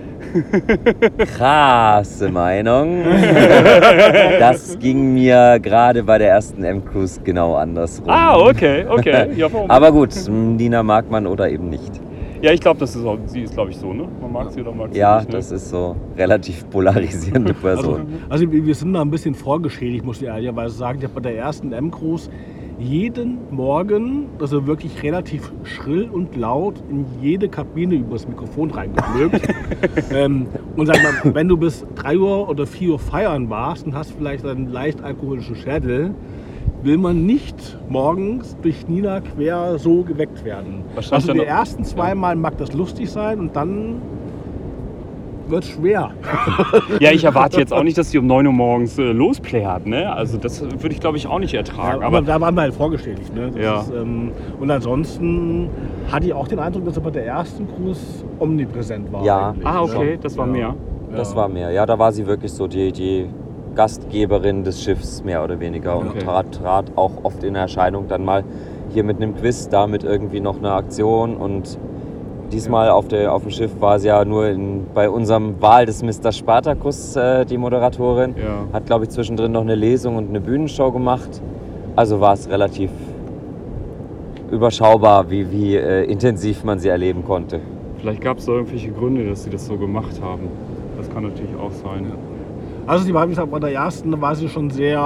Krasse Meinung. Das ging mir gerade bei der ersten M-Cruise genau andersrum. Ah, okay, okay. Ja, warum? Aber gut, Nina mag man oder eben nicht. Ja, ich glaube, das ist auch, sie ist, glaube ich, so, ne? Man mag sie oder mag sie Ja, nicht, ne? das ist so relativ polarisierende Also, Person. also wir wir sind da ein bisschen vorgeschädigt, muss ich ehrlicherweise sagen. Ich habe bei der ersten M-Cruise jeden Morgen, also wirklich relativ schrill und laut, in jede Kabine übers Mikrofon reingeblökt. ähm, und sag mal, wenn du bis drei Uhr oder vier Uhr feiern warst und hast vielleicht einen leicht alkoholischen Schädel, will man nicht morgens durch Nina Quer so geweckt werden. Wahrscheinlich Also die dann- ersten zwei Mal mag das lustig sein und dann wird es schwer. Ja, ich erwarte jetzt auch nicht, dass die um neun Uhr morgens äh, losplärt, ne? Also das würde ich, glaube ich, auch nicht ertragen. Ja, aber aber da waren wir halt vorgeschädigt. Ne? Das Ja. ist, ähm, und ansonsten hatte ich auch den Eindruck, dass er bei der ersten Cruise omnipräsent war. Ja. eigentlich, ah, okay, ne? das war ja. mehr. Das war mehr. Ja, da war sie wirklich so die, die Gastgeberin des Schiffs, mehr oder weniger. Und Okay. trat, trat auch oft in Erscheinung dann mal hier mit einem Quiz, da mit irgendwie noch einer Aktion. Und diesmal auf, der, auf dem Schiff war sie ja nur in, bei unserem Wahl des Mister Spartacus äh, die Moderatorin. Ja. Hat, glaube ich, zwischendrin noch eine Lesung und eine Bühnenshow gemacht. Also war es relativ überschaubar, wie, wie äh, intensiv man sie erleben konnte. Vielleicht gab es da irgendwelche Gründe, dass sie das so gemacht haben. Das kann natürlich auch sein. Also die war, wie gesagt, bei der ersten da war sie schon sehr...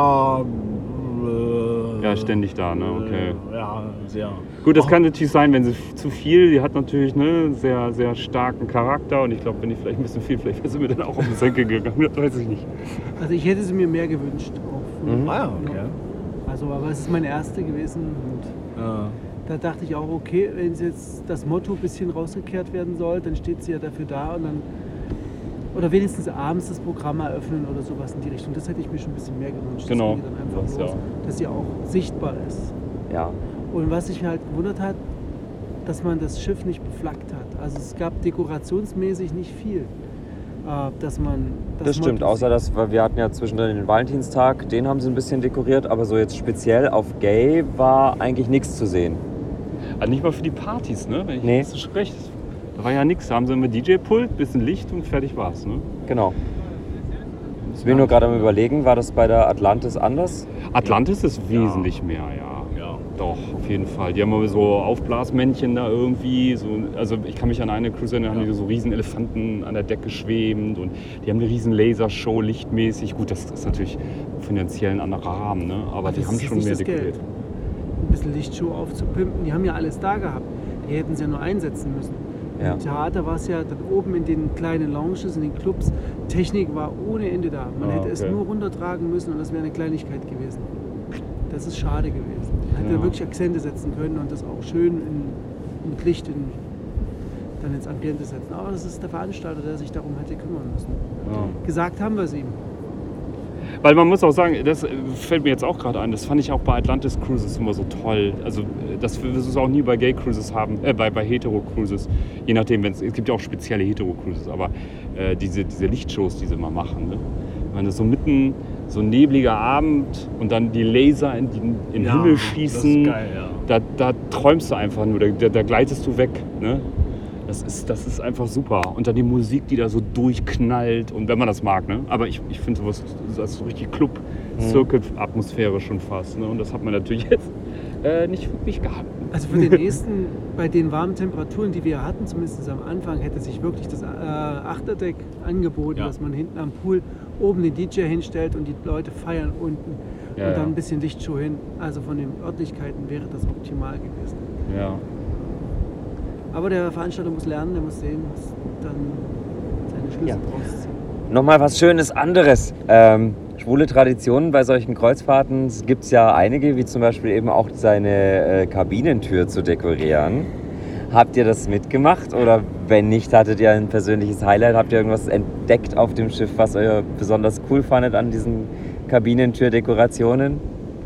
Äh, Ja, ständig da, ne? Okay. Äh, ja, sehr... Gut, das Auch- kann natürlich sein, wenn sie f- zu viel, die hat natürlich ne, einen sehr, sehr starken Charakter und ich glaube, wenn die vielleicht ein bisschen viel, vielleicht wäre sie mir dann auch auf den Senkel gegangen, das weiß ich nicht. Also ich hätte sie mir mehr gewünscht. Auch von- Mhm. Ah ja, okay. Also, aber es ist meine erste gewesen und Ja. da dachte ich auch, okay, wenn jetzt das Motto ein bisschen rausgekehrt werden soll, dann steht sie ja dafür da und dann oder wenigstens abends das Programm eröffnen oder sowas in die Richtung. Das hätte ich mir schon ein bisschen mehr gewünscht. Genau, dass, sie dann einfach das, bloß, ja. dass sie auch sichtbar ist. Ja. Und was sich halt gewundert hat, dass man das Schiff nicht beflaggt hat. Also es gab dekorationsmäßig nicht viel, äh, dass man Das stimmt, Motto außer dass wir wir hatten ja zwischendrin den Valentinstag, den haben sie ein bisschen dekoriert, aber so jetzt speziell auf Gay war eigentlich nichts zu sehen. Also nicht mal für die Partys, ne? Wenn ich Nee. das ist recht. Da war ja nichts. Da haben sie immer D J-Pult, bisschen Licht und fertig war's, ne? Genau. Ich bin nur gerade am Überlegen, war das bei der Atlantis anders? Atlantis ist wesentlich mehr, ja. Ja. Doch, auf jeden Fall. Die haben immer so Aufblasmännchen da irgendwie. So, also ich kann mich an eine Cruise erinnern, da haben die so riesen Elefanten an der Decke schwebend und die haben eine riesen Lasershow lichtmäßig. Gut, das ist natürlich finanziell ein anderer Rahmen, ne? Aber Das die haben ist schon nicht mehr das Geld. dekoriert. ein bisschen Lichtshow aufzupimpen. Die haben ja alles da gehabt. Die hätten es ja nur einsetzen müssen. Ja. Im Theater war es ja dann oben in den kleinen Lounges, in den Clubs. Technik war ohne Ende da. Man Ah, hätte es okay. nur runtertragen müssen und das wäre eine Kleinigkeit gewesen. Das ist schade gewesen. Man hätte Ja. wirklich Akzente setzen können und das auch schön in, mit Licht in, dann ins Ambiente setzen. Aber das ist der Veranstalter, der sich darum hätte kümmern müssen. Ja. Gesagt haben wir es ihm. Weil man muss auch sagen, das fällt mir jetzt auch gerade ein, das fand ich auch bei Atlantis Cruises immer so toll. Also das wirst du es auch nie bei Gay Cruises haben, äh, bei, bei Hetero Cruises. Je nachdem, wenn's, es gibt ja auch spezielle Hetero Cruises, aber äh, diese, diese Lichtshows, die sie mal machen. Ne? Wenn das so mitten, so ein nebliger Abend und dann die Laser in den in den Ja, Himmel das schießen, ist geil, ja. da, da träumst du einfach nur, da, da, da gleitest du weg. Ne? Das ist, das ist einfach super. Und dann die Musik, die da so durchknallt. Und wenn man das mag, ne? Aber ich, ich finde sowas, das ist so richtig Club-Circuit-Atmosphäre schon fast. Ne? Und das hat man natürlich jetzt äh, nicht wirklich gehabt. Also für den nächsten, bei den warmen Temperaturen, die wir hatten, zumindest am Anfang, hätte sich wirklich das äh, Achterdeck angeboten, Ja. dass man hinten am Pool oben den D J hinstellt und die Leute feiern unten Ja, und dann ja. ein bisschen Lichtshow hin. Also von den Örtlichkeiten wäre das optimal gewesen. Ja. Aber der Veranstalter muss lernen, der muss sehen, muss dann seine Schlüsse Ja. draus ziehen. Nochmal was Schönes anderes. Ähm, schwule Traditionen bei solchen Kreuzfahrten gibt es ja einige, wie zum Beispiel eben auch seine äh, Kabinentür zu dekorieren. Habt ihr das mitgemacht oder wenn nicht, hattet ihr ein persönliches Highlight? Habt ihr irgendwas entdeckt auf dem Schiff, was ihr besonders cool fandet an diesen Kabinentür-Dekorationen?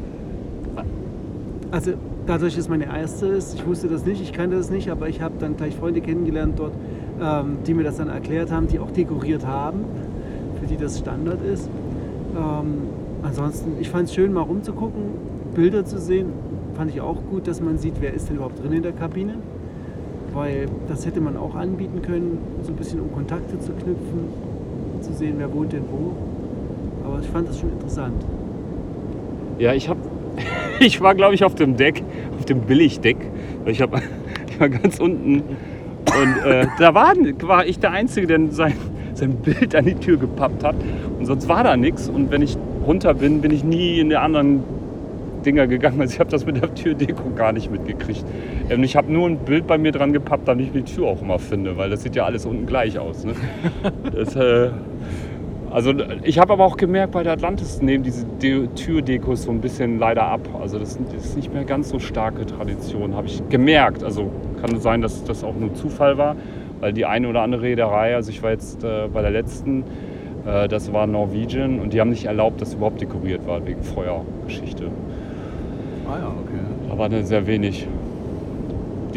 Also dadurch, dass meine erste ist, ich wusste das nicht, ich kannte das nicht, aber ich habe dann gleich Freunde kennengelernt dort, ähm, die mir das dann erklärt haben, die auch dekoriert haben, für die das Standard ist. Ähm, ansonsten, ich fand es schön, mal rumzugucken, Bilder zu sehen. Fand ich auch gut, dass man sieht, wer ist denn überhaupt drin in der Kabine. Weil das hätte man auch anbieten können, so ein bisschen um Kontakte zu knüpfen, zu sehen, wer wohnt denn wo. Aber ich fand das schon interessant. Ja, ich habe, ich war glaube ich auf dem Deck, auf dem Billigdeck. Ich, hab, ich war ganz unten und äh, da war, war ich der Einzige, der sein, sein Bild an die Tür gepappt hat. Und sonst war da nichts. Und wenn ich runter bin, bin ich nie in die anderen Dinger gegangen. Also ich habe das mit der Türdeko gar nicht mitgekriegt. Und ich habe nur ein Bild bei mir dran gepappt, damit ich die Tür auch immer finde, weil das sieht ja alles unten gleich aus. Ne? Das, äh, also ich habe aber auch gemerkt, bei der Atlantis nehmen diese De- Türdekos so ein bisschen leider ab. Also das, das ist nicht mehr ganz so starke Tradition, habe ich gemerkt. Also kann sein, dass das auch nur Zufall war, weil die eine oder andere Reederei, also ich war jetzt äh, bei der letzten, äh, das war Norwegian und die haben nicht erlaubt, dass überhaupt dekoriert war wegen Feuergeschichte. Ah ja, okay. Aber ne, sehr wenig.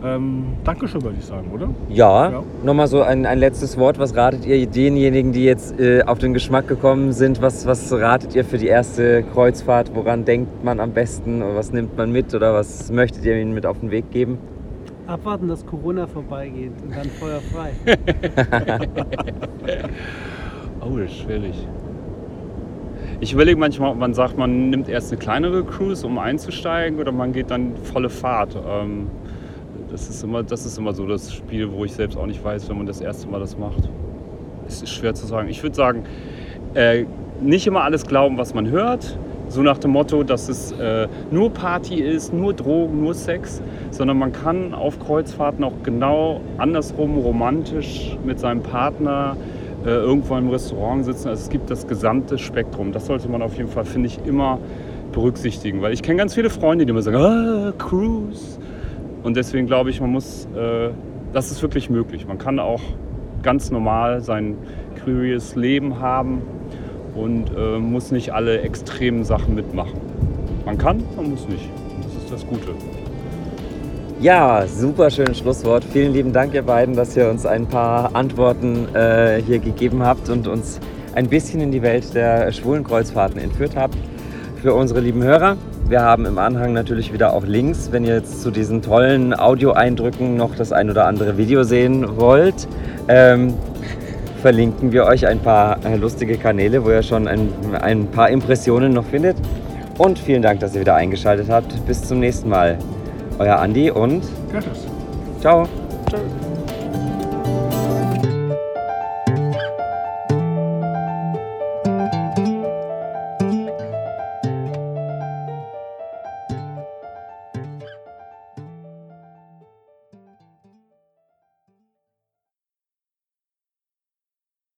Ähm, Dankeschön, würde ich sagen, oder? Ja, Ja. nochmal so ein, ein letztes Wort. Was ratet ihr denjenigen, die jetzt äh, auf den Geschmack gekommen sind? Was, was ratet ihr für die erste Kreuzfahrt? Woran denkt man am besten? Oder was nimmt man mit? Oder was möchtet ihr ihnen mit auf den Weg geben? Abwarten, dass Corona vorbeigeht und dann feuerfrei. Oh, das ist schwierig. Ich überlege manchmal, ob man sagt, man nimmt erst eine kleinere Cruise, um einzusteigen, oder man geht dann volle Fahrt. Ähm, das ist immer, das ist immer so das Spiel, wo ich selbst auch nicht weiß, wenn man das erste Mal das macht. Es ist schwer zu sagen. Ich würde sagen, äh, nicht immer alles glauben, was man hört. So nach dem Motto, dass es äh, nur Party ist, nur Drogen, nur Sex, sondern man kann auf Kreuzfahrten auch genau andersrum romantisch mit seinem Partner äh, irgendwo im Restaurant sitzen. Also es gibt das gesamte Spektrum. Das sollte man auf jeden Fall, finde ich, immer berücksichtigen. Weil ich kenne ganz viele Freunde, die immer sagen, ah, Cruise. Und deswegen glaube ich, man muss, äh, das ist wirklich möglich. Man kann auch ganz normal sein curious Leben haben und äh, muss nicht alle extremen Sachen mitmachen. Man kann, man muss nicht. Das ist das Gute. Ja, super schönes Schlusswort. Vielen lieben Dank, ihr beiden, dass ihr uns ein paar Antworten äh, hier gegeben habt und uns ein bisschen in die Welt der schwulen Kreuzfahrten entführt habt. Für unsere lieben Hörer, wir haben im Anhang natürlich wieder auch Links, wenn ihr jetzt zu diesen tollen Audioeindrücken noch das ein oder andere Video sehen wollt. Ähm, verlinken wir euch ein paar äh, lustige Kanäle, wo ihr schon ein, ein paar Impressionen noch findet. Und vielen Dank, dass ihr wieder eingeschaltet habt. Bis zum nächsten Mal. Euer Andi und Gracias. ciao. Tschüss.